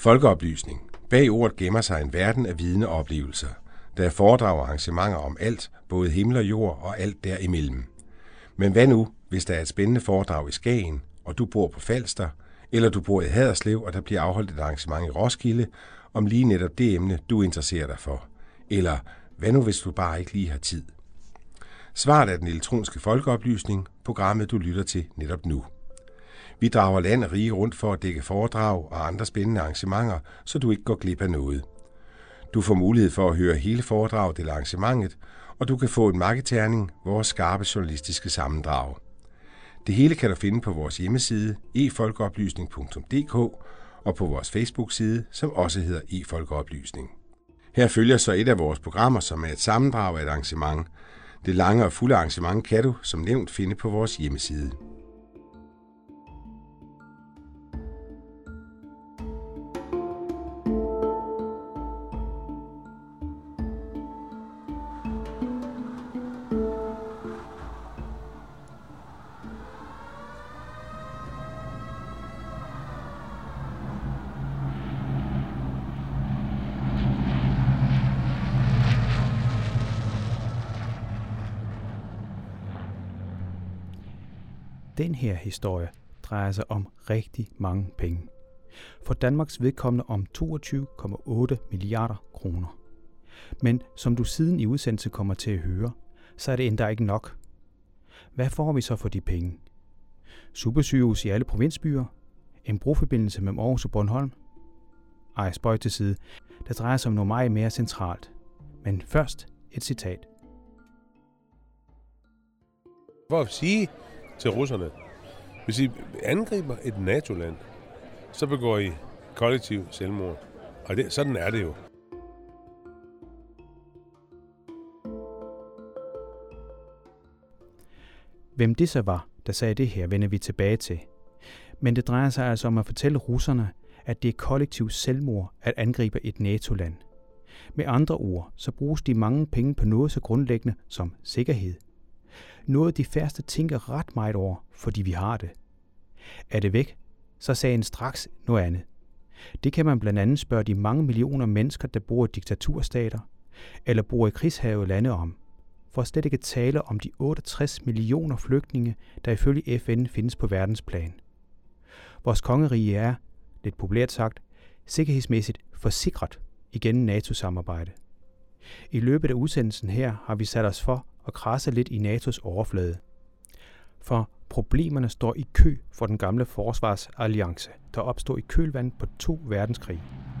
Folkeoplysning. Bag ordet gemmer sig en verden af viden og oplevelser. Der er foredrag og arrangementer om alt, både himmel og jord og alt derimellem. Men hvad nu, hvis der er et spændende foredrag i Skagen, og du bor på Falster, eller du bor i Haderslev, og der bliver afholdt et arrangement i Roskilde, om lige netop det emne, du interesserer dig for? Eller hvad nu, hvis du bare ikke lige har tid? Svaret er den elektroniske folkeoplysning, programmet du lytter til netop nu. Vi drager land og rige rundt for at dække foredrag og andre spændende arrangementer, så du ikke går glip af noget. Du får mulighed for at høre hele foredraget eller arrangementet, og du kan få en marketerning, vores skarpe journalistiske sammendrag. Det hele kan du finde på vores hjemmeside efolkeoplysning.dk og på vores Facebook-side, som også hedder efolkeoplysning. Her følger så et af vores programmer, som er et sammendrag af et arrangement. Det lange og fulde arrangement kan du, som nævnt, finde på vores hjemmeside. Den her historie drejer sig om rigtig mange penge. For Danmarks vedkommende om 22,8 milliarder kroner. Men som du siden i udsendelse kommer til at høre, så er det endda ikke nok. Hvad får vi så for de penge? Supersygehus i alle provinsbyer? En broforbindelse mellem Aarhus og Bornholm? Ej, spøj til side. Det drejer sig om noget meget mere centralt. Men først et citat. For at sige til russerne, hvis I angriber et NATO-land, så begår I kollektiv selvmord. Og sådan er det jo. Hvem det så var, der sagde det her, vender vi tilbage til. Men det drejer sig altså om at fortælle russerne, at det er kollektiv selvmord at angribe et NATO-land. Med andre ord, så bruges de mange penge på noget så grundlæggende som sikkerhed. Noget de færreste tænker ret meget over, fordi vi har det. Er det væk, så sagde en straks noget andet. Det kan man blandt andet spørge de mange millioner mennesker, der bor i diktaturstater, eller bor i krigshærgede lande om. For at slet ikke tale om de 68 millioner flygtninge, der ifølge FN findes på verdensplan. Vores kongerige er, lidt populært sagt, sikkerhedsmæssigt forsikret igennem NATO-samarbejde. I løbet af udsendelsen her har vi sat os for at krasse lidt i NATO's overflade. For problemerne står i kø for den gamle forsvarsalliance, der opstod i kølvandet på 2 verdenskrige.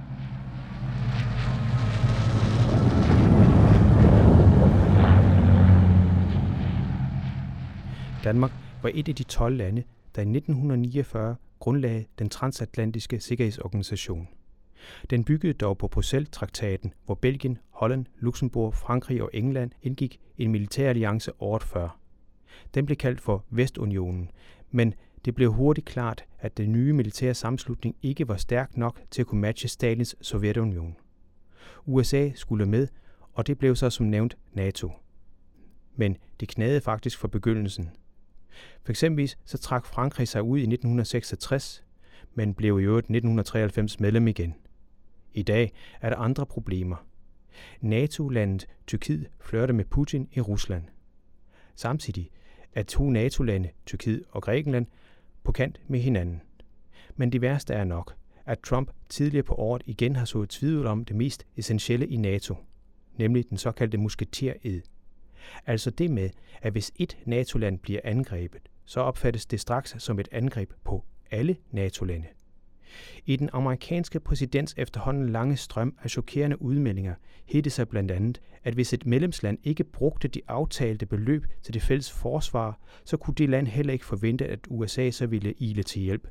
Danmark var et af de 12 lande, der i 1949 grundlagde den transatlantiske sikkerhedsorganisation. Den byggede dog på Bruxelles-traktaten, hvor Belgien, Holland, Luxembourg, Frankrig og England indgik en militæralliance året før. Den blev kaldt for Vestunionen, men det blev hurtigt klart, at den nye militære sammenslutning ikke var stærk nok til at kunne matche Stalins Sovjetunion. USA skulle med, og det blev så som nævnt NATO. Men det knagede faktisk fra begyndelsen. For eksempelvis så trak Frankrig sig ud i 1966, men blev i øvrigt 1993 medlem igen. I dag er der andre problemer. NATO-landet Tyrkiet flirter med Putin i Rusland. Samtidig er 2 NATO-lande, Tyrkiet og Grækenland, på kant med hinanden. Men det værste er nok, at Trump tidligere på året igen har sået tvivl om det mest essentielle i NATO, nemlig den såkaldte musketered. Altså det med, at hvis et NATO-land bliver angrebet, så opfattes det straks som et angreb på alle NATO-lande. I den amerikanske præsidents efterhånden lange strøm af chokerende udmeldinger hed det sig blandt andet, at hvis et medlemsland ikke brugte de aftalte beløb til det fælles forsvar, så kunne det land heller ikke forvente, at USA så ville ile til hjælp.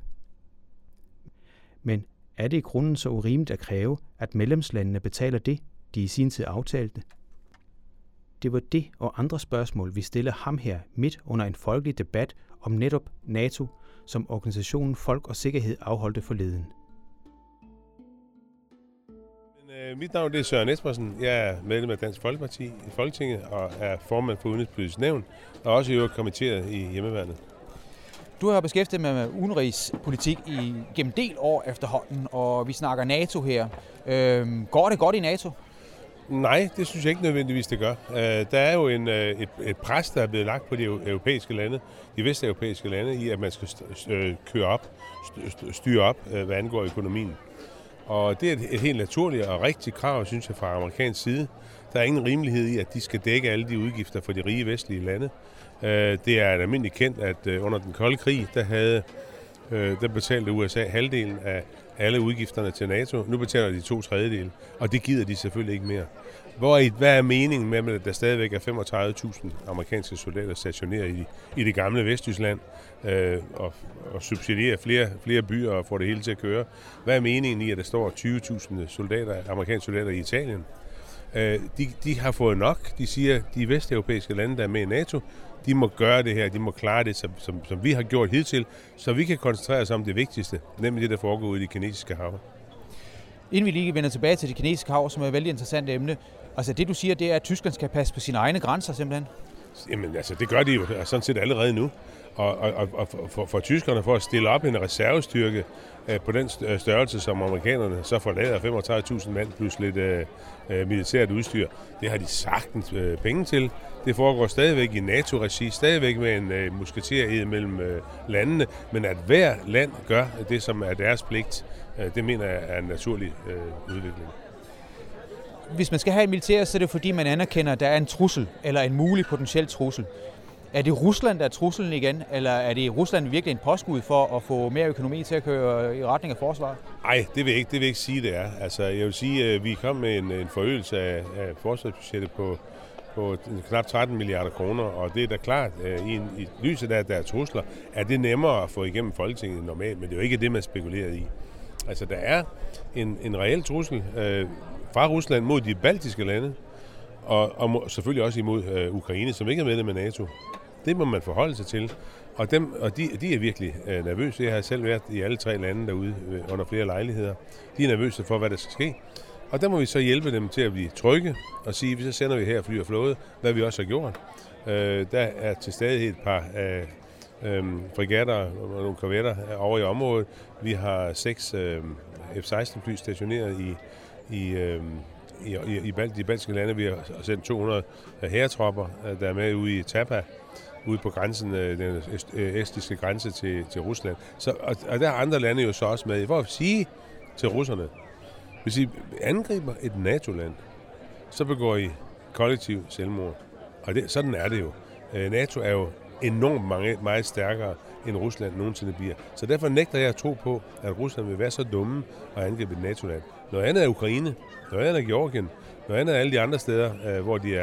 Men er det i grunden så urimeligt at kræve, at medlemslandene betaler det, de i sin tid aftalte? Det var det og andre spørgsmål, vi stiller ham her midt under en folkelig debat om netop NATO, som organisationen Folk og Sikkerhed afholdte forleden. Mit navn er Søren Espersen. Jeg er medlem af Dansk Folkeparti i Folketinget og er formand for Udenrigspolitisk Nævn, og også i øvrigt kommitteret i Hjemmeværnet. Du har beskæftiget med udenrigspolitik gennem del år efterhånden, og vi snakker NATO her. Går det godt i NATO? Nej, det synes jeg ikke nødvendigvis, det gør. Der er jo et pres, der er blevet lagt på de europæiske lande, de vesteuropæiske lande, i at man skal styre op, hvad angår økonomien. Og det er et helt naturligt og rigtigt krav, synes jeg, fra amerikansk side. Der er ingen rimelighed i, at de skal dække alle de udgifter for de rige vestlige lande. Det er almindeligt kendt, at under den kolde krig, der betalte USA halvdelen af alle udgifterne til NATO. Nu betaler de 2/3, og det gider de selvfølgelig ikke mere. Hvad er meningen med, at der stadigvæk er 35.000 amerikanske soldater stationeret i det gamle Vesttyskland og subsidierer flere byer og får det hele til at køre? Hvad er meningen i, at der står 20.000 amerikanske soldater i Italien? De har fået nok. De siger, at de vesteuropæiske lande, der er med i NATO, de må gøre det her, de må klare det, som vi har gjort hidtil, så vi kan koncentrere os om det vigtigste, nemlig det, der foregår ude i det kinesiske hav. Inden vi lige vender tilbage til det kinesiske hav, som er et vældig interessant emne, altså det du siger, det er, at Tyskland skal passe på sine egne grænser simpelthen? Jamen altså, det gør de jo sådan set allerede nu. Og for tyskerne, for at stille op en reservestyrke på den størrelse, som amerikanerne så forlader 35.000 mand plus lidt militært udstyr, det har de sagtens penge til. Det foregår stadigvæk i NATO-regi, stadigvæk med en musketered mellem landene, men at hver land gør det, som er deres pligt, det mener jeg er en naturlig udvikling. Hvis man skal have et militær, så er det fordi, man anerkender, at der er en trussel, eller en mulig potentiel trussel. Er det Rusland, der er truslen igen, eller er det Rusland virkelig en påskud for at få mere økonomi til at køre i retning af forsvaret? Nej, det vil jeg ikke sige, det er. Altså, jeg vil sige, at vi kom med en forøgelse af forsvarsbudgettet på knap 13 milliarder kroner, og det er da klart, i lyset af, at der er trusler, er det nemmere at få igennem Folketinget normalt, men det er jo ikke det, man spekulerer i. Altså, der er en reel trussel fra Rusland mod de baltiske lande, og selvfølgelig også imod Ukraine, som ikke er medlem af NATO. Det må man forholde sig til. Og de er virkelig nervøse. Jeg har selv været i alle 3 lande derude under flere lejligheder. De er nervøse for, hvad der skal ske. Og der må vi så hjælpe dem til at blive trygge og sige, så sender vi her fly og flåde, hvad vi også har gjort. Der er til stadighed et par fregatter og nogle korvetter over i området. Vi har 6 F-16 fly stationeret i de baltiske lande. Vi har sendt 200 hæretropper, der er med ude i Tapa, ude på grænsen, den estiske grænse til Rusland. Og der er andre lande jo så også med. For at sige til russerne, hvis I angriber et NATO-land, så begår I kollektiv selvmord. Og sådan er det jo. NATO er jo enormt meget stærkere, end Rusland nogensinde bliver. Så derfor nægter jeg at tro på, at Rusland vil være så dumme at angribe et NATO-land. Noget andet er Ukraine, noget andet er Georgien, noget andet er alle de andre steder,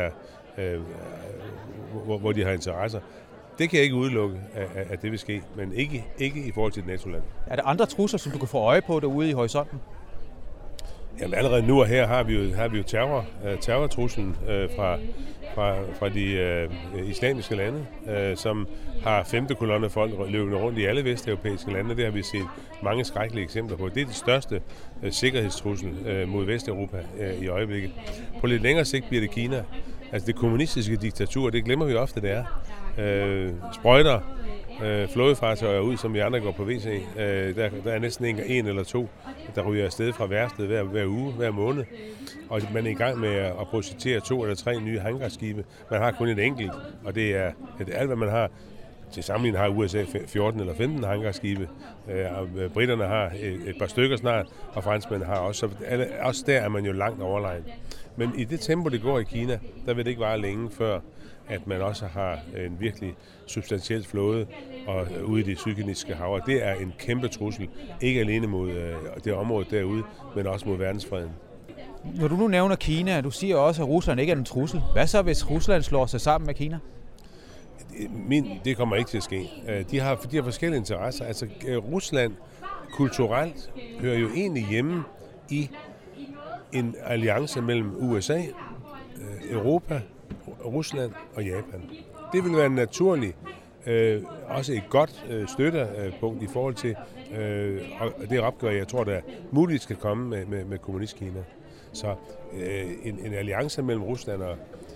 hvor de har interesser. Det kan jeg ikke udelukke, at det vil ske, men ikke i forhold til et NATO-land. Er der andre trusler, som du kan få øje på derude i horisonten? Jamen allerede nu og her har vi jo terrortruslen fra de islamiske lande, som har 5. kolonne folk løbende rundt i alle vesteuropæiske lande. Det har vi set mange skrækkelige eksempler på. Det er det største sikkerhedstrussel mod Vesteuropa i øjeblikket. På lidt længere sigt bliver det Kina. Altså det kommunistiske diktatur, det glemmer vi ofte, det er. Sprøjter flådefartøjer ud, som vi andre går på WC. Der er næsten en eller to, der ryger afsted fra værftet hver uge, hver måned. Og man er i gang med at projektere 2 eller 3 nye hangarskibe. Man har kun et enkelt, og det er alt, hvad man har. Til sammenligning har USA 14 eller 15 hangarskibe. Britterne har et par stykker snart, og franskmændene har også. Også der er man jo langt overlegen. Men i det tempo, det går i Kina, der vil det ikke vare længe før, at man også har en virkelig substantiel flåde og ude i det sydkinesiske hav. Det er en kæmpe trussel, ikke alene mod det område derude, men også mod verdensfreden. Når du nu nævner Kina, du siger også, at Rusland ikke er en trussel. Hvad så, hvis Rusland slår sig sammen med Kina? Det kommer ikke til at ske. De har forskellige interesser. Altså Rusland kulturelt hører jo egentlig hjemme i en alliance mellem USA, Europa, Rusland og Japan. Det vil være en naturlig, også et godt støttepunkt i forhold til og det opgør, jeg tror, der muligt skal komme med kommunistkina. Så en alliance mellem Rusland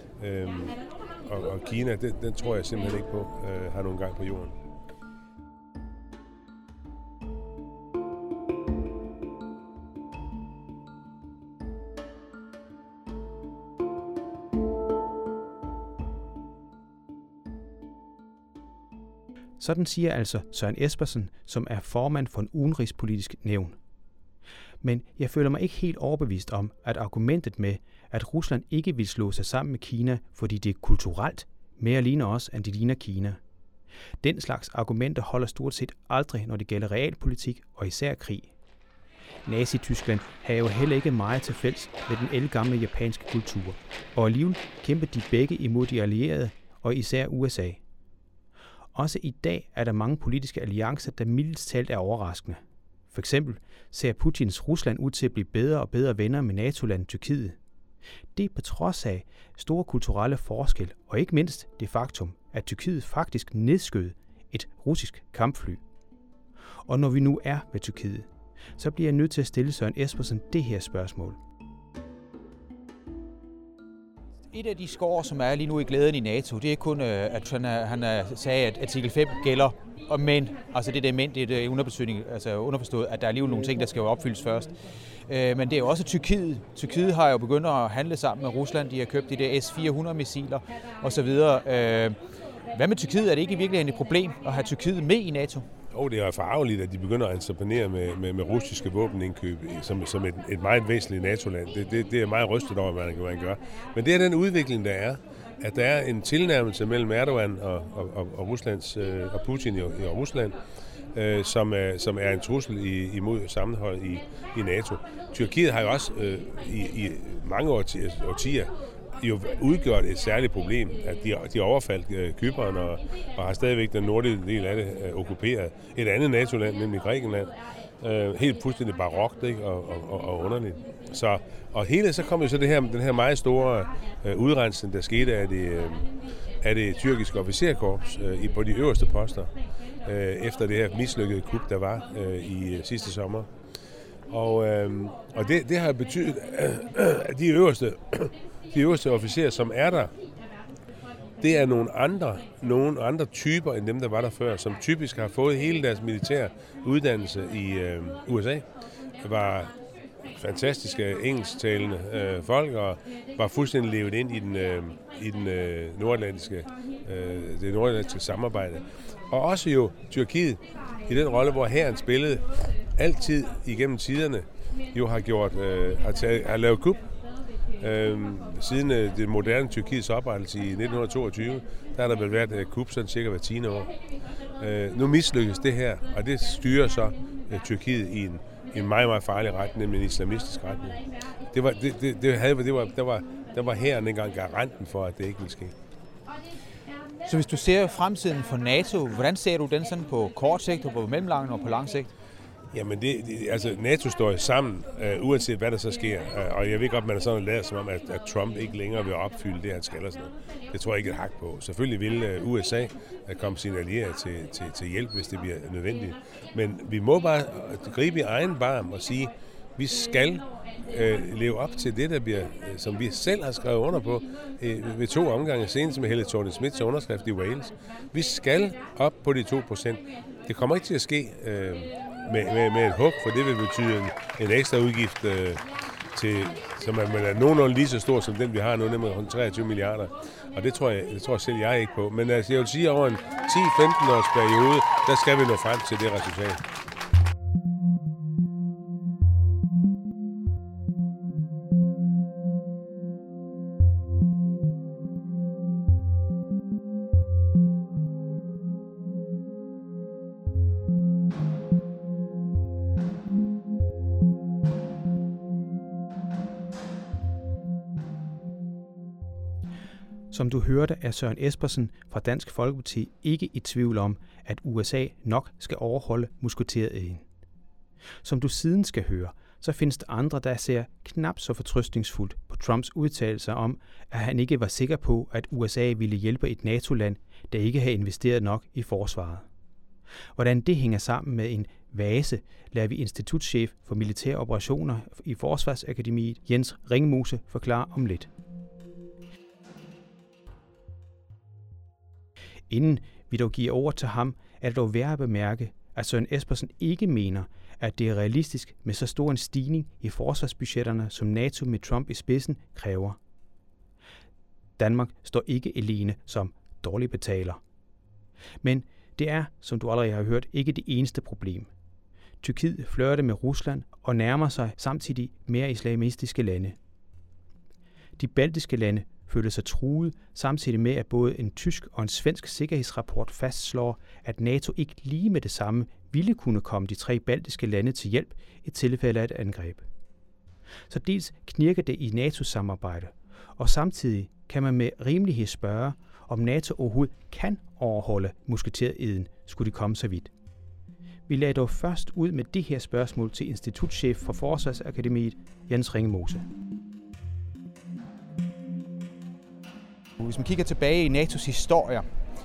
og Kina, den tror jeg simpelthen ikke på har nogen gang på jorden. Sådan siger altså Søren Espersen, som er formand for en udenrigspolitisk nævn. Men jeg føler mig ikke helt overbevist om, at argumentet med, at Rusland ikke vil slå sig sammen med Kina, fordi det kulturelt mere ligner os, end det ligner Kina. Den slags argumenter holder stort set aldrig, når det gælder realpolitik og især krig. Nazi-Tyskland havde jo heller ikke meget til fælles med den ældgamle japanske kultur, og alligevel kæmpede de begge imod de allierede, og især USA. Også i dag er der mange politiske alliancer, der mildest talt er overraskende. For eksempel ser Putins Rusland ud til at blive bedre og bedre venner med NATO-landet Tyrkiet. Det er på trods af store kulturelle forskel, og ikke mindst det faktum, at Tyrkiet faktisk nedskød et russisk kampfly. Og når vi nu er ved Tyrkiet, så bliver jeg nødt til at stille Søren Espersen det her spørgsmål. Et af de skår, som er lige nu i glæden i NATO, det er kun, at han sagde, at artikel 5 gælder, men, altså det er underbetydning, altså underforstået, at der er alligevel nogle ting, der skal jo opfyldes først. Men det er jo også Tyrkiet. Tyrkiet har jo begyndt at handle sammen med Rusland. De har købt de der S-400-missiler osv. Hvad med Tyrkiet? Er det ikke i virkeligheden et problem at have Tyrkiet med i NATO? Det er forarveligt, at de begynder at entreprenere med russiske våbenindkøb som et meget væsentligt NATO-land. Det er meget rystet over, hvad man gør. Men det er den udvikling, der er. At der er en tilnærmelse mellem Erdogan og Ruslands og Putin i Rusland, som er en trussel imod sammenhold i NATO. Tyrkiet har jo også i mange årtier jo udgjort et særligt problem, at de overfaldt Cypern og har stadigvæk den nordlige del af det okkuperet. Et andet NATO-land, nemlig Grækenland, helt fuldstændig barokt, ikke? Og underligt. Så kom jo så den her meget store udrensning, der skete af det tyrkiske officerkorps på de øverste poster, efter det her mislykkede kup, der var i sidste sommer. Og det har betydet, at de øverste officerer, som er der, det er nogle andre typer end dem, der var der før, som typisk har fået hele deres militære uddannelse i USA. Det var fantastiske engelsktalende folk, og var fuldstændig levet ind i det nordatlantiske samarbejde. Og også jo Tyrkiet i den rolle, hvor hæren spillede altid igennem tiderne, jo har lavet kup. Siden det moderne Tyrkiets oprettelse i 1922, der har der vel været et kup sådan cirka hver 10 år. Nu mislykkes det her, og det styrer så Tyrkiet i en meget, meget farlig retning, nemlig en islamistisk retning. Der var hæren engang garanten for, at det ikke ville ske. Så hvis du ser fremtiden for NATO, hvordan ser du den sådan på kort sigt, og på mellemlang og på lang sigt? Jamen, altså NATO står jo sammen, uanset hvad der så sker. Og jeg ved godt, man er sådan lavet som om, at Trump ikke længere vil opfylde det, han skal og sådan noget. Det tror jeg ikke et hak på. Selvfølgelig vil USA komme sine allierede til hjælp, hvis det bliver nødvendigt. Men vi må bare gribe i egen barm og sige, vi skal leve op til det, der bliver, som vi selv har skrevet under på ved 2 omgange, senest med Helle Thorning-Schmidts underskrift i Wales. Vi skal op på de 2%. Det kommer ikke til at ske med et hug, for det vil betyde en ekstra udgift, som er nogenlunde lige så stor som den, vi har nu, nemlig 23 milliarder. Og det tror selv jeg ikke på. Men altså, jeg vil sige, at over en 10-15 års periode, der skal vi nå frem til det resultat. Som du hørte, er Søren Espersen fra Dansk Folkeparti ikke i tvivl om, at USA nok skal overholde musketereden. Som du siden skal høre, så findes der andre, der ser knap så fortrøstningsfuldt på Trumps udtalelser om, at han ikke var sikker på, at USA ville hjælpe et NATO-land, der ikke havde investeret nok i forsvaret. Hvordan det hænger sammen med en vase, lader vi institutschef for militære operationer i Forsvarsakademiet, Jens Ringmose, forklare om lidt. Inden vi dog giver over til ham, er det dog værd at bemærke, at Søren Espersen ikke mener, at det er realistisk med så stor en stigning i forsvarsbudgetterne, som NATO med Trump i spidsen kræver. Danmark står ikke alene som dårlig betaler. Men Det er, som du allerede har hørt, ikke det eneste problem. Tyrkiet flirter med Rusland og nærmer sig samtidig mere islamistiske lande. De baltiske lande føler sig truet, samtidig med at både en tysk og en svensk sikkerhedsrapport fastslår, at NATO ikke lige med det samme ville kunne komme de 3 baltiske lande til hjælp i tilfælde af et angreb. Så dels knirker det i NATO-samarbejde, og samtidig kan man med rimelighed spørge, om NATO overhovedet kan overholde musketereden, skulle de komme så vidt. Vi lagde dog først ud med det her spørgsmål til institutchef for Forsvarsakademiet, Jens Ringemose. Hvis man kigger tilbage i NATO's historie,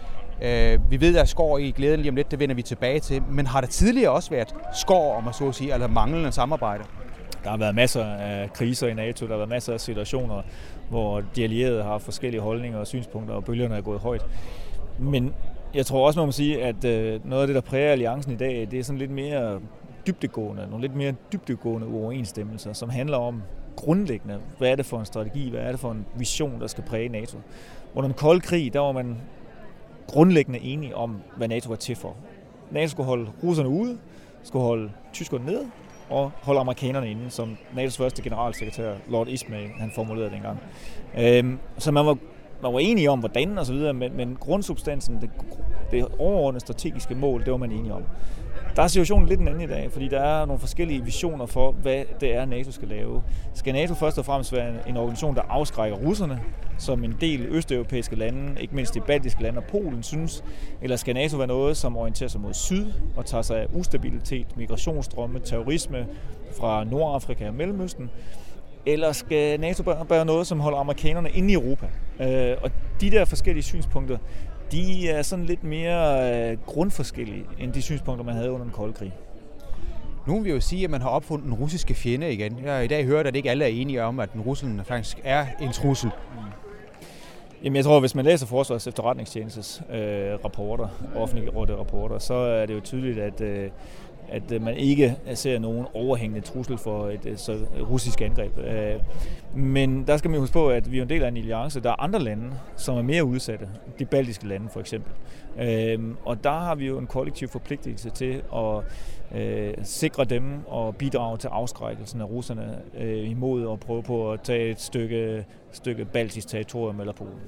vi ved, at der er skår i glæden lige om lidt, det vender vi tilbage til, men har der tidligere også været skår, om man så at sige, eller manglende samarbejde? Der har været masser af kriser i NATO, der har været masser af situationer, hvor de allierede har forskellige holdninger og synspunkter, og bølgerne er gået højt. Men jeg tror også, man må sige, at noget af det, der præger alliancen i dag, det er sådan lidt mere nogle lidt mere dybdegående uoverensstemmelser, som handler om grundlæggende, hvad er det for en strategi, hvad er det for en vision, der skal præge NATO. Under den kolde krig, der var man grundlæggende enige om, hvad NATO var til for. NATO skulle holde russerne ude, skulle holde tyskerne nede, og holde amerikanerne inde, som NATO's første generalsekretær, Lord Ismay, han formulerede dengang. Så man var enige om, hvordan og så videre, men grundsubstansen, det overordnede strategiske mål, det var man enige om. Der er situationen lidt en anden i dag, fordi der er nogle forskellige visioner for, hvad det er, NATO skal lave. Skal NATO først og fremmest være en organisation, der afskrækker russerne, som en del østeuropæiske lande, ikke mindst de baltiske lande og Polen, synes? Eller skal NATO være noget, som orienterer sig mod syd og tager sig af ustabilitet, migrationsstrømme, terrorisme fra Nordafrika og Mellemøsten? Eller skal NATO være noget, som holder amerikanerne inde i Europa? Og de der forskellige synspunkter, de er sådan lidt mere grundforskellige end de synspunkter, man havde under den kolde krig. Nu vil jo sige, at man har opfundet den russiske fjende igen. Jeg har i dag hørt, at ikke alle er enige om, at den Rusland faktisk er en trussel. Jamen, jeg tror, hvis man læser Forsvars Efterretningstjenestes rapporter, offentliggjorte rapporter, så er det jo tydeligt, at man ikke ser nogen overhængende trussel for et russisk angreb. Men der skal man huske på, at vi er en del af en alliance. Der er andre lande, som er mere udsatte. De baltiske lande for eksempel. Og der har vi jo en kollektiv forpligtelse til at sikre dem og bidrage til afskrækkelsen af russerne imod at prøve på at tage et stykke baltisk territorium eller Polen.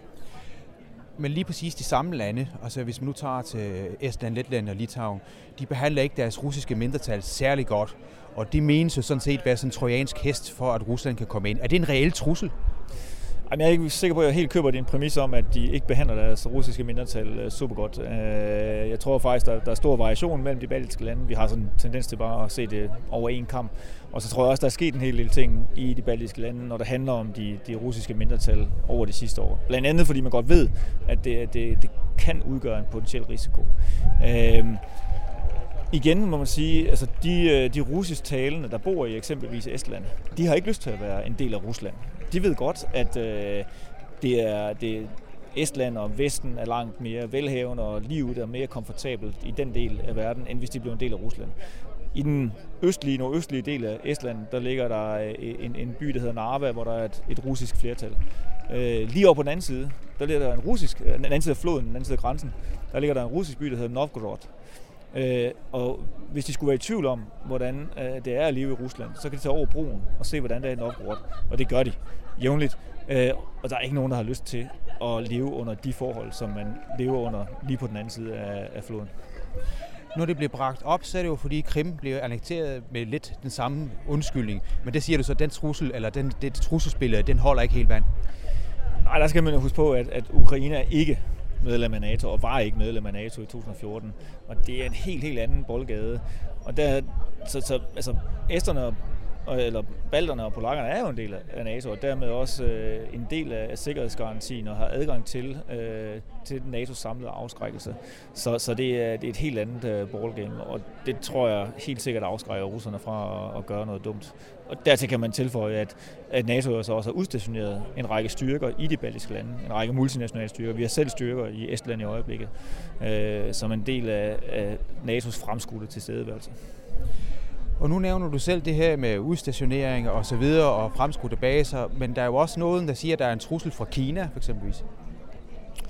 Men lige præcis de samme lande, altså hvis man nu tager til Estland, Letland og Litauen, de behandler ikke deres russiske mindretal særlig godt. Og det menes jo sådan set være sådan en trojansk hest for, at Rusland kan komme ind. Er det en reel trussel? Jeg er ikke sikker på, at jeg helt køber din præmis om, at de ikke behandler deres russiske mindretal super godt. Jeg tror faktisk, der er stor variation mellem de baltiske lande. Vi har sådan en tendens til bare at se det over en kamp. Og så tror jeg også, der er sket en hel del ting i de baltiske lande, når det handler om de russiske mindretal over de sidste år. Blandt andet, fordi man godt ved, at det kan udgøre en potentiel risiko. Igen må man sige, altså de russisk talende, der bor i eksempelvis Estland, de har ikke lyst til at være en del af Rusland. De ved godt, at det Estland og Vesten er langt mere velhavende, og livet er mere komfortabelt i den del af verden, end hvis de blev en del af Rusland. I den nordøstlige del af Estland, der ligger der en by, der hedder Narva, hvor der er et russisk flertal. Lige over på den anden side, der ligger der den anden side af floden, den anden side af grænsen, der ligger der en russisk by, der hedder Novgorod. Og hvis de skulle være i tvivl om, hvordan det er at leve i Rusland, så kan de tage over broen og se, hvordan det er i Novgorod. Og det gør de jævnligt. Og der er ikke nogen, der har lyst til at leve under de forhold, som man lever under lige på den anden side af floden. Når det bliver bragt op, så er det jo fordi Krim bliver annekteret med lidt den samme undskyldning. Men det siger du så, den trussel, eller det trusselsbillede, den holder ikke helt vand? Nej, der skal man jo huske på, at Ukraine er ikke medlem af NATO, og var ikke medlem af NATO i 2014. Og det er en helt anden boldgade. Og der, altså esterne, eller balterne og polakkerne er jo en del af NATO, og dermed også en del af sikkerhedsgarantien og har adgang til NATO's samlede afskrækkelse. Så det er et helt andet ballgame, og det tror jeg helt sikkert afskrækker russerne fra at gøre noget dumt. Og dertil kan man tilføje, at NATO også har udstationeret en række styrker i de baltiske lande, en række multinationale styrker. Vi har selv styrker i Estland i øjeblikket, som en del af NATO's fremskudte tilstedeværelse. Og nu nævner du selv det her med udstationering og så videre og fremskudte baser, men der er jo også noget, der siger, at der er en trussel fra Kina, for eksempelvis.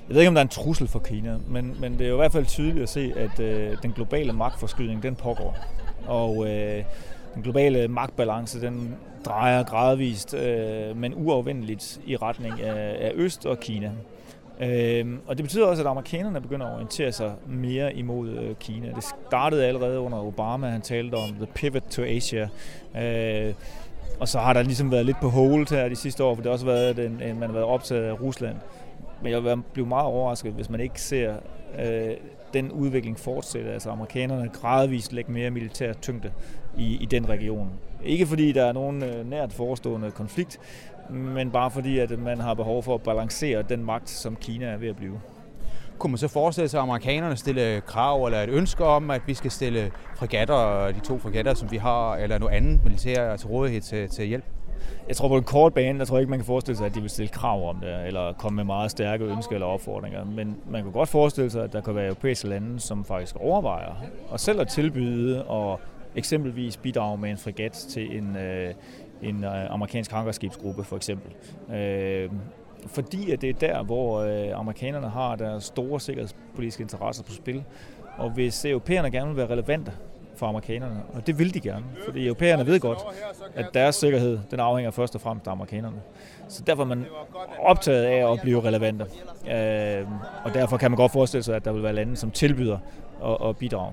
Jeg ved ikke, om der er en trussel for Kina, men det er jo i hvert fald tydeligt at se, at den globale magtforskydning, den pågår. Og den globale magtbalance, den drejer gradvist, men uafvendeligt i retning af Øst og Kina. Og det betyder også, at amerikanerne begynder at orientere sig mere imod Kina. Det startede allerede under Obama, han talte om the pivot to Asia. Og så har der ligesom været lidt på hold her de sidste år, for det har også været, man har været optaget af Rusland. Men jeg vil blive meget overrasket, hvis man ikke ser den udvikling fortsætte. Altså amerikanerne gradvist lægger mere militær tyngde i den region. Ikke fordi der er nogen nært forestående konflikt, men bare fordi, at man har behov for at balancere den magt, som Kina er ved at blive. Kunne man så forestille sig, at amerikanerne stille krav eller et ønske om, at vi skal stille fregatter, de 2 fregatter, som vi har, eller noget andet militær til rådighed til hjælp? Jeg tror på en kort bane, der tror jeg ikke, man kan forestille sig, at de vil stille krav om det, eller komme med meget stærke ønsker eller opfordringer. Men man kan godt forestille sig, at der kan være europæiske lande, som faktisk overvejer og selv at tilbyde og eksempelvis bidrage med en fregat til en amerikansk hangarskibsgruppe for eksempel. Fordi at det er der, hvor amerikanerne har deres store sikkerhedspolitiske interesser på spil. Og hvis europæerne gerne vil være relevante for amerikanerne, og det vil de gerne, fordi europæerne ved godt, at deres sikkerhed, den afhænger først og fremmest af amerikanerne. Så derfor er man optaget af at blive relevante. Og derfor kan man godt forestille sig, at der vil være lande, som tilbyder at bidrage.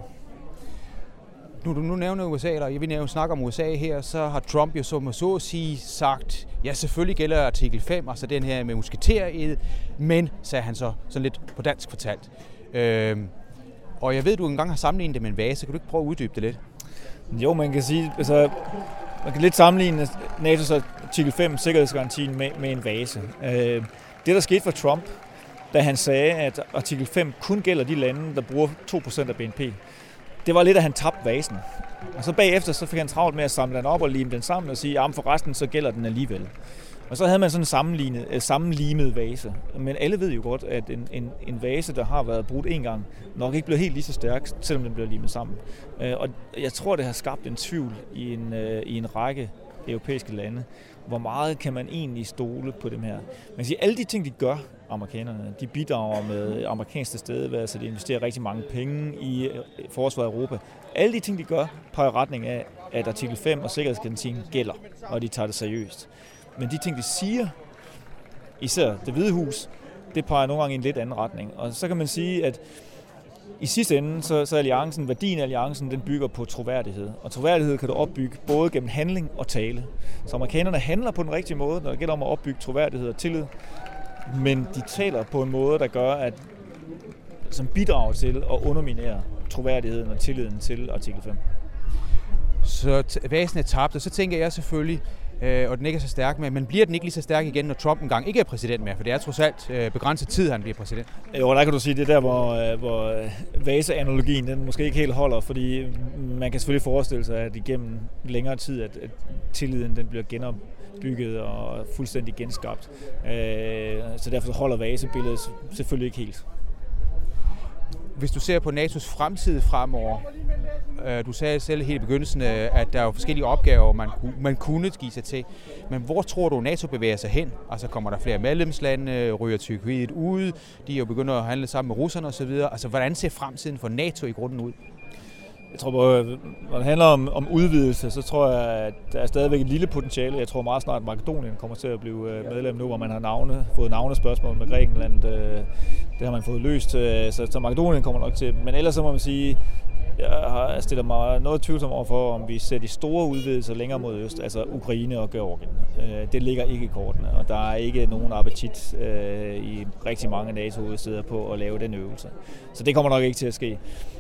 Nu nævner USA, eller jeg vil snakke om USA her, så har Trump jo så at sige sagt, ja selvfølgelig gælder artikel 5, altså den her med musketeriet, men, sagde han så sådan lidt på dansk fortalt. Og jeg ved, du engang har sammenlignet det med en vase. Kan du ikke prøve at uddybe det lidt? Jo, man kan sige, altså man kan lidt sammenligne NATO's artikel 5 sikkerhedsgarantien med en vase. Det, der skete for Trump, da han sagde, at artikel 5 kun gælder de lande, der bruger 2% af BNP, det var lidt, at han tabte vasen. Og så bagefter så fik han travlt med at samle den op og lime den sammen og sige, at for resten så gælder den alligevel. Og så havde man sådan en sammenlimet vase. Men alle ved jo godt, at en vase, der har været brudt en gang, nok ikke bliver helt lige så stærk, selvom den bliver limet sammen. Og jeg tror, det har skabt en tvivl i en række europæiske lande. Hvor meget kan man egentlig stole på dem her? Man kan sige, alle de ting, de gør, amerikanerne, de bidrager med amerikansk tilstedeværelse, de investerer rigtig mange penge i forsvaret af Europa. Alle de ting, de gør, peger retning af, at artikel 5 og sikkerhedsgarantien gælder, og de tager det seriøst. Men de ting, de siger, især Det Hvide Hus, det peger nogle gange i en lidt anden retning. Og så kan man sige, at i sidste ende, så alliancen, værdien af alliancen, den bygger på troværdighed. Og troværdighed kan du opbygge både gennem handling og tale. Så amerikanerne handler på den rigtige måde, når det gælder om at opbygge troværdighed og tillid. Men de taler på en måde, der gør, som bidrager til at underminere troværdigheden og tilliden til artikel 5. Så vasen er tabt, og så tænker jeg selvfølgelig, og den ikke er så stærk med, men bliver den ikke lige så stærk igen, når Trump engang ikke er præsident mere? For det er trods alt begrænset tid, han bliver præsident. Jo, der kan du sige, det er der, hvor vaseanalogien den måske ikke helt holder, fordi man kan selvfølgelig forestille sig, at igennem længere tid, at tilliden den bliver genopbygget og fuldstændig genskabt. Så derfor holder vasebilledet selvfølgelig ikke helt. Hvis du ser på NATO's fremtid fremover, du sagde selv helt i begyndelsen, at der er jo forskellige opgaver, man kunne give sig til. Men hvor tror du, NATO bevæger sig hen? Altså kommer der flere medlemslande, ryger Tyrkiet ud, de er jo begyndt at handle sammen med russerne osv. Altså hvordan ser fremtiden for NATO i grunden ud? Jeg tror, når det handler om udvidelse, så tror jeg, at der er stadigvæk et lille potentiale. Jeg tror meget snart, at Makedonien kommer til at blive medlem nu, hvor man har fået navnespørgsmål med Grækenland. Det har man fået løst, så Makedonien kommer nok til. Men ellers så må man sige, jeg stiller mig noget tvivlsom overfor, om vi ser de store udvidelser længere mod øst, altså Ukraine og Georgien. Det ligger ikke i kortene, og der er ikke nogen appetit i rigtig mange NATO-udsteder på at lave den øvelse. Så det kommer nok ikke til at ske.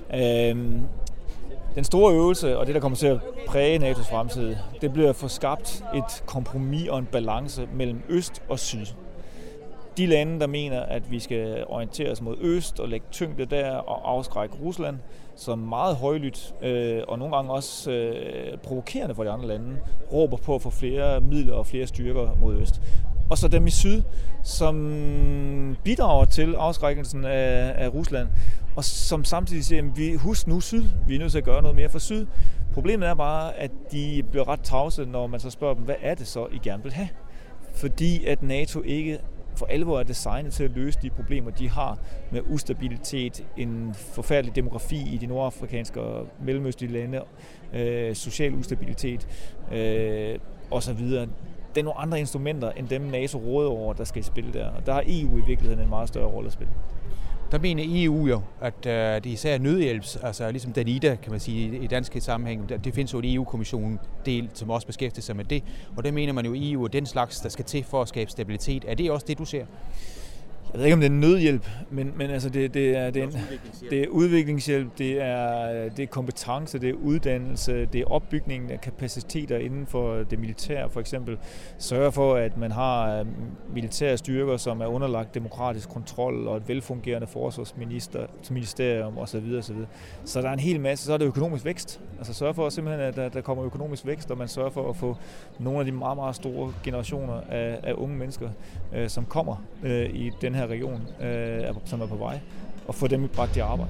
Den store øvelse, og det, der kommer til at præge NATO's fremtid, det bliver at få skabt et kompromis og en balance mellem øst og syd. De lande, der mener, at vi skal orientere os mod øst og lægge tyngde der og afskrække Rusland, som meget højlydt og nogle gange også provokerende for de andre lande, råber på at få flere midler og flere styrker mod øst. Og så dem i syd, som bidrager til afskrækkelsen af Rusland, og som samtidig siger, husk nu syd, vi er nødt til at gøre noget mere for syd. Problemet er bare, at de bliver ret tavse, når man så spørger dem, hvad er det så, I gerne vil have? Fordi at NATO ikke for alvor er designet til at løse de problemer, de har med ustabilitet, en forfærdelig demografi i de nordafrikanske og mellemøstlige lande, social ustabilitet osv. Det er nogle andre instrumenter end dem NATO råder over, der skal i spil der. Og der har EU i virkeligheden en meget større rolle at spille. Der mener EU jo, at det især nødhjælps, altså ligesom Danida, kan man sige, i dansk sammenhæng, det findes jo en EU-kommission-del, som også beskæftiger sig med det, og der mener man jo EU er den slags, der skal til for at skabe stabilitet. Er det også det, du ser? Jeg ved ikke, om det er nødhjælp, men altså det er udviklingshjælp, det er kompetence, det er uddannelse, det er opbygningen af kapaciteter inden for det militære, for eksempel. Sørge for, at man har militære styrker, som er underlagt demokratisk kontrol og et velfungerende forsvarsministerium osv. Så der er en hel masse. Så er det økonomisk vækst. Altså sørge for simpelthen, at der kommer økonomisk vækst, og man sørger for at få nogle af de meget, meget store generationer af unge mennesker, som kommer i den her region, som er på vej, og få dem bragt i arbejde.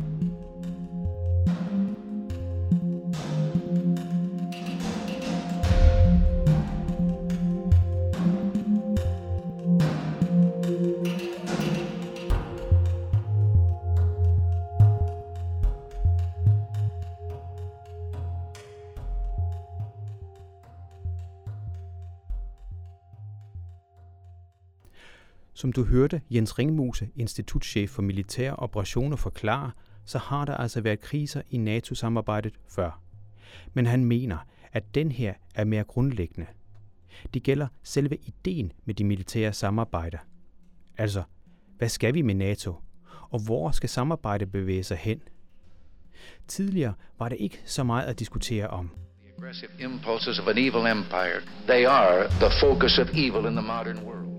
Som du hørte Jens Ringmose, institutschef for militære operationer, forklare, så har der altså været kriser i NATO-samarbejdet før. Men han mener, at den her er mere grundlæggende. Det gælder selve ideen med de militære samarbejder. Altså, hvad skal vi med NATO? Og hvor skal samarbejdet bevæge sig hen? Tidligere var der ikke så meget at diskutere om. The aggressive impulses of an evil empire. They are the focus of evil in the modern world.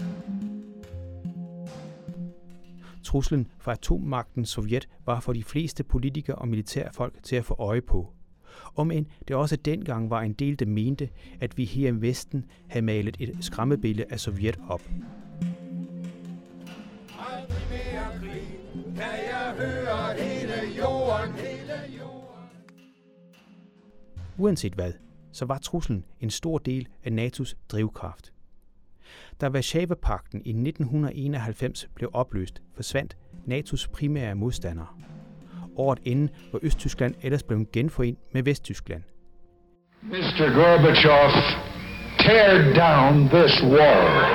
Truslen fra atommagten Sovjet var for de fleste politikere og militærfolk til at få øje på. Om end det også dengang var en del, der mente, at vi her i Vesten havde malet et skræmmebillede af Sovjet op. Aldrig mere krig, kan jeg høre hele jorden. Uanset hvad, så var truslen en stor del af NATO's drivkraft. Da Warszawapagten i 1991 blev opløst, forsvandt NATO's primære modstandere. Året inden var Østtyskland ellers blevet genforenet med Vesttyskland. Mr. Gorbachev, tear down this wall.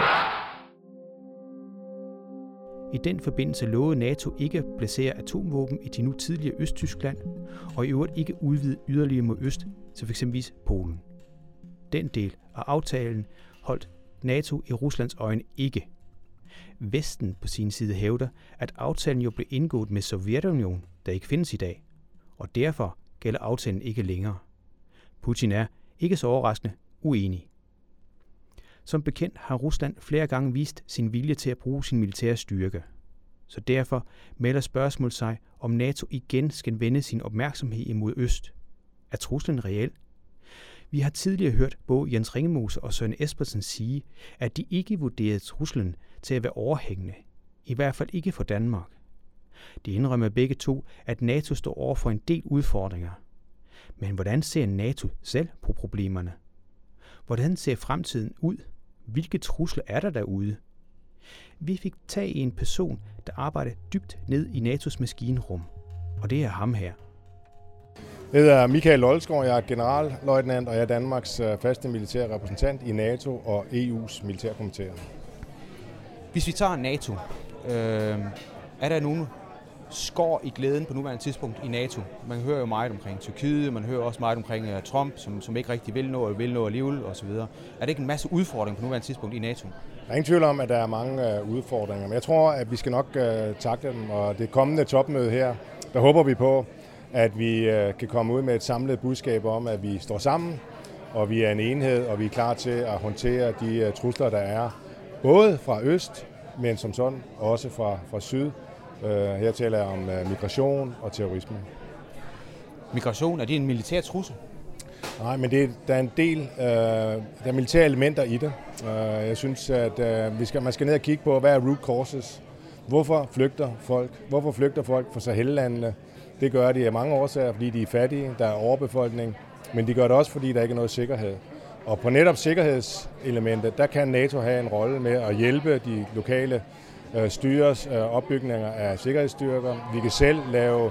I den forbindelse lovede NATO ikke at placere atomvåben i de nu tidligere Østtyskland, og i øvrigt ikke udvide yderligere mod øst til f.eks. Polen. Den del af aftalen holdt NATO i Ruslands øjne ikke. Vesten på sin side hævder, at aftalen jo blev indgået med Sovjetunionen, der ikke findes i dag, og derfor gælder aftalen ikke længere. Putin er, ikke så overraskende, uenig. Som bekendt har Rusland flere gange vist sin vilje til at bruge sin militære styrke. Så derfor melder spørgsmål sig, om NATO igen skal vende sin opmærksomhed imod øst. Er truslen reel? Vi har tidligere hørt både Jens Ringmose og Søren Espersen sige, at de ikke vurderede truslen til at være overhængende. I hvert fald ikke for Danmark. De indrømmer begge to, at NATO står over for en del udfordringer. Men hvordan ser NATO selv på problemerne? Hvordan ser fremtiden ud? Hvilke trusler er der derude? Vi fik tag i en person, der arbejder dybt ned i NATO's maskinrum. Og det er ham her. Jeg hedder Michael Loldskov, jeg er generalløjtnant, og jeg er Danmarks faste militære repræsentant i NATO og EU's militærkomitéer. Hvis vi tager NATO, er der nogen skår i glæden på nuværende tidspunkt i NATO? Man hører jo meget omkring Tyrkiet, man hører også meget omkring Trump, som ikke rigtig vil nå alligevel osv. Er det ikke en masse udfordringer på nuværende tidspunkt i NATO? Der er ingen tvivl om, at der er mange udfordringer, men jeg tror, at vi skal nok takle dem, og det kommende topmøde her, der håber vi på, at vi kan komme ud med et samlet budskab om, at vi står sammen, og vi er en enhed, og vi er klar til at håndtere de trusler, der er, både fra øst, men som sådan også fra syd. Her taler jeg om migration og terrorisme. Migration, er det en militær trussel? Nej, men der er en del der er militære elementer i det. Jeg synes, at man skal ned og kigge på, hvad er root causes? Hvorfor flygter folk? Hvorfor flygter folk fra Sahel-landene? Det gør de af mange årsager, fordi de er fattige, der er overbefolkning, men de gør det også, fordi der ikke er noget sikkerhed. Og på netop sikkerhedselementet, der kan NATO have en rolle med at hjælpe de lokale styres opbygninger af sikkerhedsstyrker. Vi kan selv lave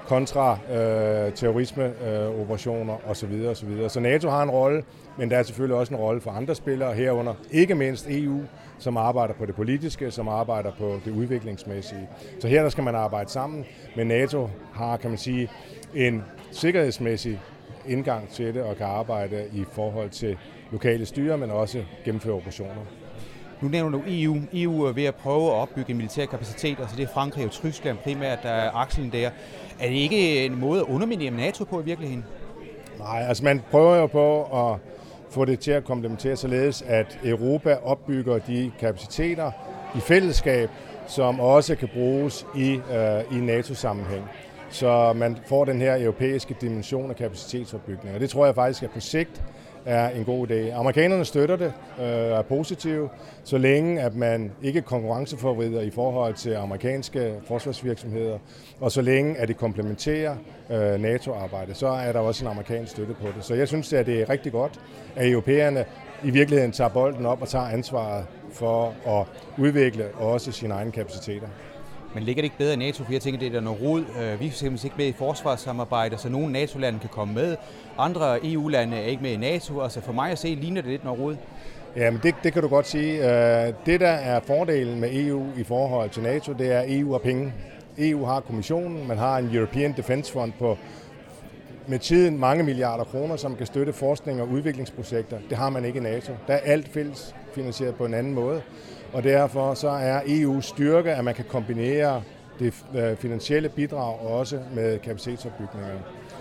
kontra-terrorisme-operationer osv. osv. Så NATO har en rolle, men der er selvfølgelig også en rolle for andre spillere herunder, ikke mindst EU, som arbejder på det politiske, som arbejder på det udviklingsmæssige. Så her der skal man arbejde sammen, men NATO har, kan man sige, en sikkerhedsmæssig indgang til det og kan arbejde i forhold til lokale styre, men også gennemføre operationer. Nu nævner du EU. EU er ved at prøve at opbygge en militær kapacitet, altså det er Frankrig og Tyskland primært, der er akslen der. Er det ikke en måde at underminere NATO på i virkeligheden? Nej, altså man prøver jo på at få det til at komplementere således, at Europa opbygger de kapaciteter i fællesskab, som også kan bruges i NATO-sammenhæng. Så man får den her europæiske dimension af kapacitetsopbygning, og det tror jeg faktisk, at på sigt er en god idé. Amerikanerne støtter det, er positive, så længe at man ikke konkurrenceforvrider i forhold til amerikanske forsvarsvirksomheder, og så længe at det komplementerer NATO-arbejde, så er der også en amerikansk støtte på det. Så jeg synes, at det er rigtig godt, at europæerne i virkeligheden tager bolden op og tager ansvaret for at udvikle også sine egne kapaciteter. Men ligger det ikke bedre i NATO? For jeg tænker, det er der noget rod. Vi er simpelthen ikke med i forsvarssamarbejde, så nogle NATO-lande kan komme med. Andre EU-lande er ikke med i NATO. Altså for mig at se, ligner det lidt noget rod. Jamen det kan du godt sige. Det, der er fordelen med EU i forhold til NATO, det er, at EU har penge. EU har kommissionen, man har en European Defence Fund på med tiden mange milliarder kroner, som kan støtte forskning og udviklingsprojekter. Det har man ikke i NATO. Der er alt fælles finansieret på en anden måde. Og derfor så er EU's styrke, at man kan kombinere det finansielle bidrag også med kapacitetsopbygninger.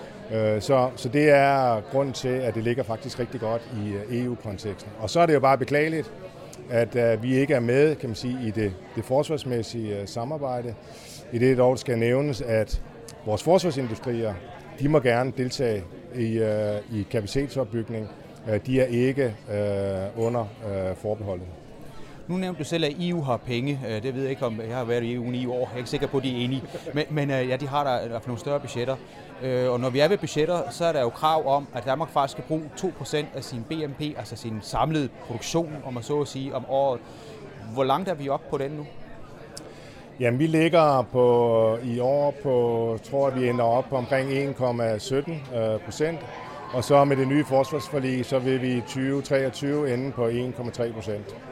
Så det er grunden til, at det ligger faktisk rigtig godt i EU-konteksten. Og så er det jo bare beklageligt, at vi ikke er med, kan man sige, i det forsvarsmæssige samarbejde. I det dog skal nævnes, at vores forsvarsindustrier, de må gerne deltage i kapacitetsopbygning. De er ikke under forbeholdet. Nu nævnte du selv, at EU har penge. Det ved jeg ikke, om jeg har været i EU 9 år. Jeg er ikke sikker på, at de er enige. Men ja, de har der nogle større budgetter. Og når vi er ved budgetter, så er der jo krav om, at Danmark faktisk skal bruge 2% af sin BNP, altså sin samlede produktion, om man så at sige, om året. Hvor langt er vi oppe på den nu? Jamen, vi ligger i år på, tror jeg, vi ender op på omkring 1,17%. Og så med det nye forsvarsforlig, så vil vi i 2023 ende på 1,3%.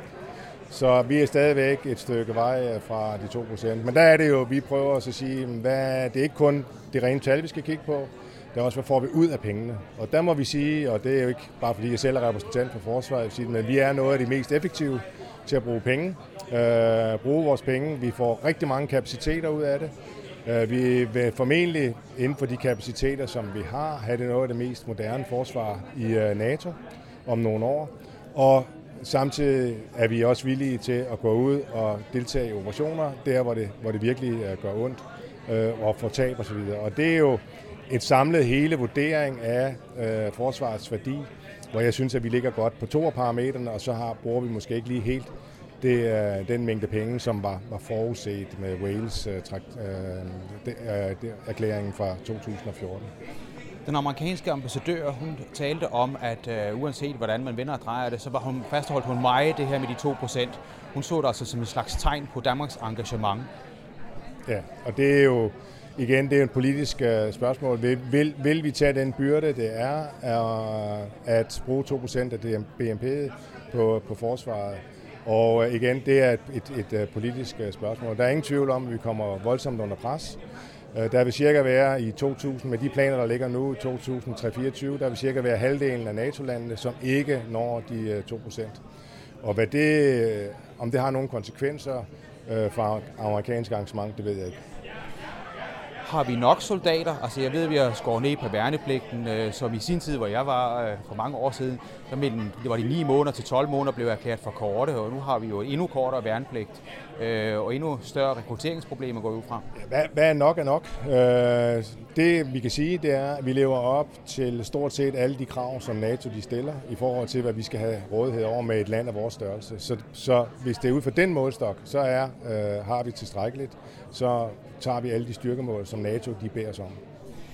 Så vi er stadigvæk et stykke vej fra de 2%. Men der er det jo, vi prøver at sige, det er ikke kun det rene tal, vi skal kigge på. Det er også, hvad får vi ud af pengene. Og der må vi sige, og det er jo ikke bare fordi jeg selv er repræsentant for forsvaret, men vi er noget af de mest effektive til at bruge penge. Bruge vores penge. Vi får rigtig mange kapaciteter ud af det. Vi vil formentlig inden for de kapaciteter, som vi har, have det noget af det mest moderne forsvar i NATO om nogle år. Og samtidig er vi også villige til at gå ud og deltage i operationer, der hvor det virkelig gør ondt, og få tab osv. Og det er jo et samlet hele vurdering af forsvarets værdi, hvor jeg synes, at vi ligger godt på 2 af parametrene, og så bruger vi måske ikke lige helt den mængde penge, som var forudset med Wales-erklæringen fra 2014. Den amerikanske ambassadør, hun talte om, at uanset hvordan man vender og drejer det, så var hun fastholdt hun meget det her med de 2%. Hun så det altså som et slags tegn på Danmarks engagement. Ja, og det er jo igen, det er et politisk spørgsmål. Vil vi tage den byrde, det er at bruge 2% af BNP på forsvaret? Og igen, det er et politisk spørgsmål. Der er ingen tvivl om, at vi kommer voldsomt under pres. Der vil cirka være i 2000, med de planer, der ligger nu i 2024, der vil cirka være halvdelen af NATO-landene, som ikke når de 2%. Og om det har nogle konsekvenser for amerikansk engagement, det ved jeg ikke. Har vi nok soldater? Altså jeg ved, at vi har skåret ned på værnepligten, som i sin tid, hvor jeg var for mange år siden, det var de 9 måneder til 12 måneder blev erklæret for korte, og nu har vi jo endnu kortere værnepligt og endnu større rekrutteringsproblemer går ud fra. Hvad er nok er nok? Det vi kan sige, det er, at vi lever op til stort set alle de krav, som NATO de stiller i forhold til, hvad vi skal have rådighed over med et land af vores størrelse. Så hvis det er ud fra den målstok, så har vi tilstrækkeligt, så tager vi alle de styrkemål, som NATO de beder os om.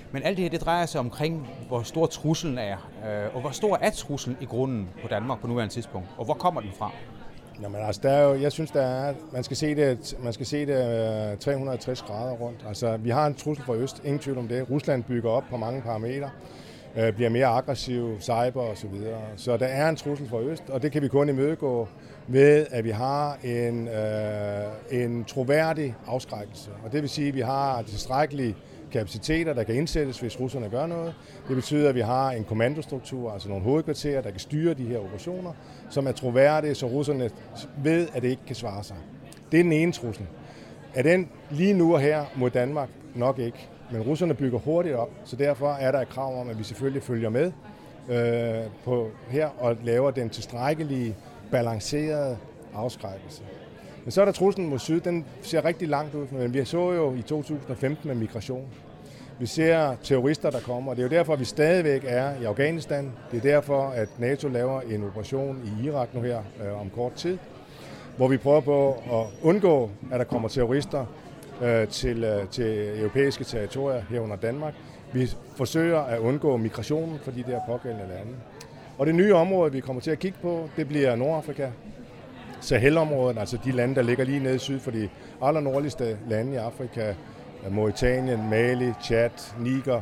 Men alt det her, det drejer sig omkring, hvor stor truslen er, og hvor stor er truslen i grunden på Danmark på nuværende tidspunkt, og hvor kommer den fra? Jamen altså, der er jo, jeg synes, man skal se det 360 grader rundt. Altså, vi har en trussel fra øst, ingen tvivl om det. Rusland bygger op på mange parametre, bliver mere aggressiv, cyber og så videre. Så der er en trussel fra øst, og det kan vi kun imødegå ved, at vi har en troværdig afskrækkelse. Og det vil sige, at vi har tilstrækkelige kapaciteter, der kan indsættes, hvis russerne gør noget. Det betyder, at vi har en kommandostruktur, altså nogle hovedkvarterer, der kan styre de her operationer, som er troværdige, så russerne ved, at det ikke kan svare sig. Det er den ene trussel. Er den lige nu og her mod Danmark? Nok ikke. Men russerne bygger hurtigt op, så derfor er der et krav om, at vi selvfølgelig følger med på her og laver den tilstrækkelige, balancerede afskrækkelse. Men så er der truslen mod syd, den ser rigtig langt ud, men vi så jo i 2015 med migration. Vi ser terrorister, der kommer, og det er jo derfor, at vi stadigvæk er i Afghanistan. Det er derfor, at NATO laver en operation i Irak nu her om kort tid, hvor vi prøver på at undgå, at der kommer terrorister til europæiske territorier herunder Danmark. Vi forsøger at undgå migrationen for de der pågældende lande. Og det nye område, vi kommer til at kigge på, det bliver Nordafrika. Sahelområdet, altså de lande, der ligger lige nede syd for de allernordligste lande i Afrika, Mauretanien, Mali, Chad, Niger.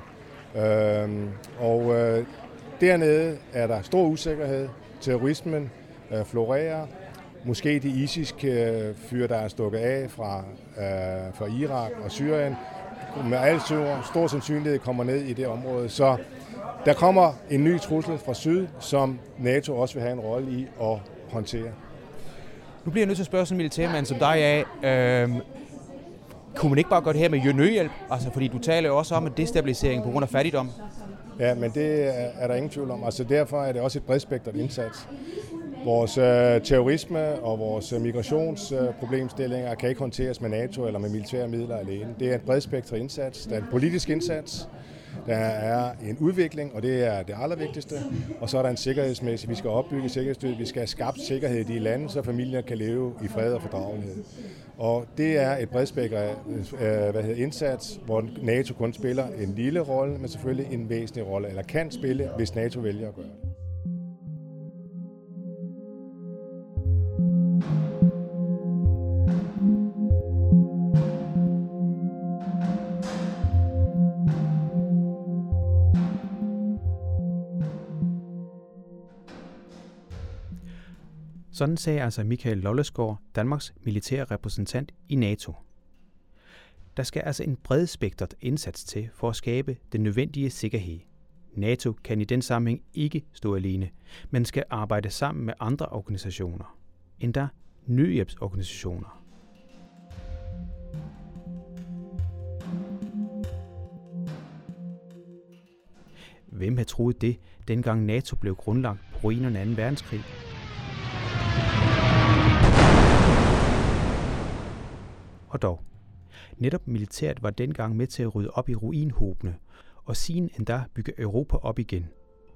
Dernede er der stor usikkerhed. Terrorismen florerer. Måske de isiske fyre, der er stukket af fra Irak og Syrien, med al stor sandsynlighed kommer ned i det område. Så der kommer en ny trussel fra syd, som NATO også vil have en rolle i at håndtere. Nu bliver jeg nødt til at spørge sådan en militærmand som dig af, kunne man ikke bare gøre det her med nødhjælp? Altså, fordi du taler jo også om en destabilisering på grund af fattigdom. Ja, men det er der ingen tvivl om. Altså, derfor er det også et bredspektret indsats. Vores terrorisme og vores migrationsproblemstillinger kan ikke håndteres med NATO eller med militære midler alene. Det er en bredspektret indsats. Der er en politisk indsats. Der er en udvikling, og det er det allervigtigste. Og så er der en sikkerhedsmæssig. Vi skal opbygge sikkerhedsstyrke. Vi skal have skabt sikkerhed i de lande, så familier kan leve i fred og fordragelighed. Og det er et bredspektret indsats, hvor NATO kun spiller en lille rolle, men selvfølgelig en væsentlig rolle, eller kan spille, hvis NATO vælger at gøre det. Sådan sagde altså Michael Lollesgaard, Danmarks militære repræsentant i NATO. Der skal altså en bredspektret indsats til for at skabe den nødvendige sikkerhed. NATO kan i den sammenhæng ikke stå alene, men skal arbejde sammen med andre organisationer, endda nødhjælpsorganisationer. Hvem havde troet det, dengang NATO blev grundlagt på ruinerne af 2. verdenskrig? Og dog, netop militæret var dengang med til at rydde op i ruinhobene, og siden endda bygge Europa op igen.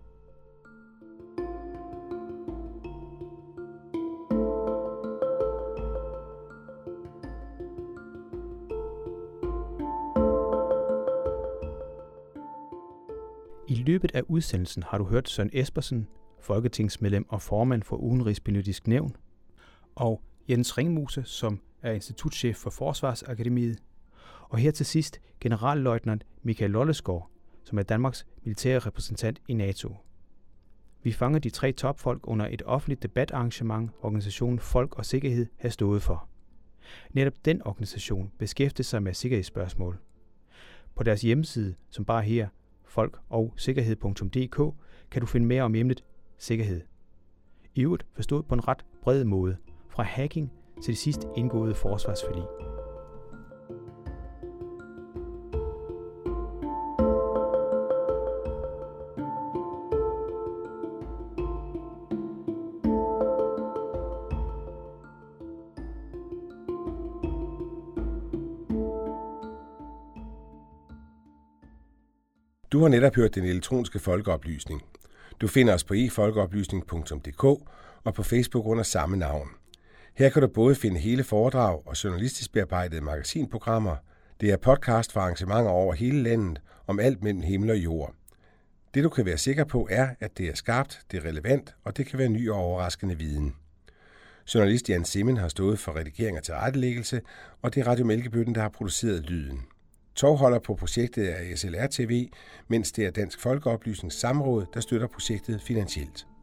I løbet af udsendelsen har du hørt Søren Espersen, folketingsmedlem og formand for Udenrigspolitisk Nævn, og Jens Ringmose, som er institutchef for Forsvarsakademiet, og her til sidst generalløjtnant Michael Lollesgaard, som er Danmarks militære repræsentant i NATO. Vi fanger de 3 topfolk under et offentligt debatarrangement, organisationen Folk og Sikkerhed har stået for. Netop den organisation beskæftiger sig med sikkerhedsspørgsmål. På deres hjemmeside, som bare her, folkogsikkerhed.dk, kan du finde mere om emnet sikkerhed. I øvrigt forstået på en ret bred måde, fra hacking til det sidst indgåede forsvarsforlig. Du har netop hørt den elektroniske folkeoplysning. Du finder os på efolkeoplysning.dk og på Facebook under samme navn. Her kan du både finde hele foredrag og journalistisk bearbejdede magasinprogrammer, Det er podcast for arrangementer over hele landet om alt mellem himmel og jord. Det du kan være sikker på er, at det er skarpt, det er relevant, og det kan være ny og overraskende viden. Journalist Jan Simmen har stået for redigering og tilrettelæggelse, og det er Radio Mælkebøtten, der har produceret lyden. Tovholder på projektet er SLR TV, mens det er Dansk Folkeoplysnings Samråd, der støtter projektet finansielt.